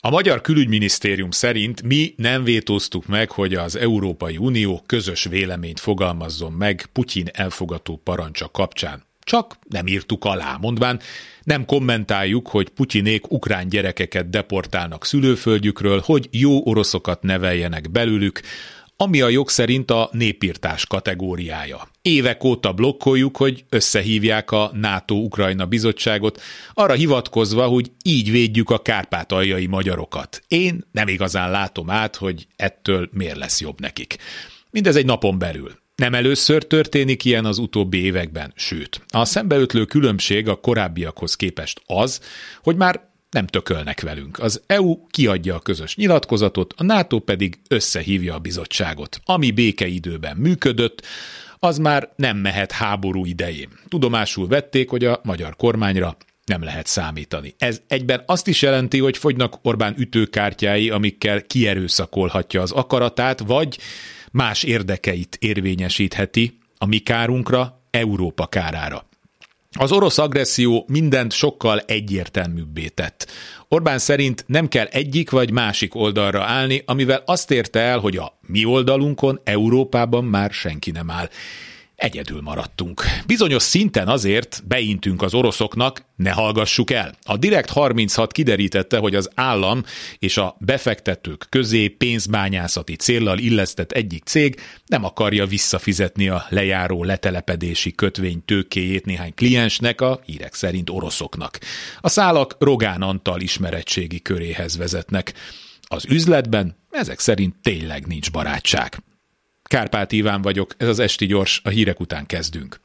A magyar külügyminisztérium szerint mi nem vétóztuk meg, hogy az Európai Unió közös véleményt fogalmazzon meg Putyin elfogató parancsa kapcsán. Csak nem írtuk alá, mondván nem kommentáljuk, hogy Putyinék ukrán gyerekeket deportálnak szülőföldjükről, hogy jó oroszokat neveljenek belőlük, ami a jog szerint a népirtás kategóriája. Évek óta blokkoljuk, hogy összehívják a NATO-Ukrajna bizottságot, arra hivatkozva, hogy így védjük a kárpátaljai magyarokat. Én nem igazán látom át, hogy ettől miért lesz jobb nekik. Mindez egy napon belül. Nem először történik ilyen az utóbbi években, sőt, a szembeötlő különbség a korábbiakhoz képest az, hogy már nem tökölnek velünk. Az EU kiadja a közös nyilatkozatot, a NATO pedig összehívja a bizottságot. Ami békeidőben működött, az már nem mehet háború idején. Tudomásul vették, hogy a magyar kormányra nem lehet számítani. Ez egyben azt is jelenti, hogy fogynak Orbán ütőkártyái, amikkel kierőszakolhatja az akaratát, vagy más érdekeit érvényesítheti a mi kárunkra, Európa kárára. Az orosz agresszió mindent sokkal egyértelműbbé tett. Orbán szerint nem kell egyik vagy másik oldalra állni, amivel azt érte el, hogy a mi oldalunkon, Európában már senki nem áll. Egyedül maradtunk. Bizonyos szinten azért beintünk az oroszoknak, ne hallgassuk el. A Direkt 36 kiderítette, hogy az állam és a befektetők közé pénzbányászati céllal illesztett egyik cég nem akarja visszafizetni a lejáró letelepedési kötvény tőkéjét néhány kliensnek, a hírek szerint oroszoknak. A szálak Rogán Antal ismeretségi köréhez vezetnek. Az üzletben ezek szerint tényleg nincs barátság. Kárpát Iván vagyok, ez az Esti Gyors, a hírek után kezdünk.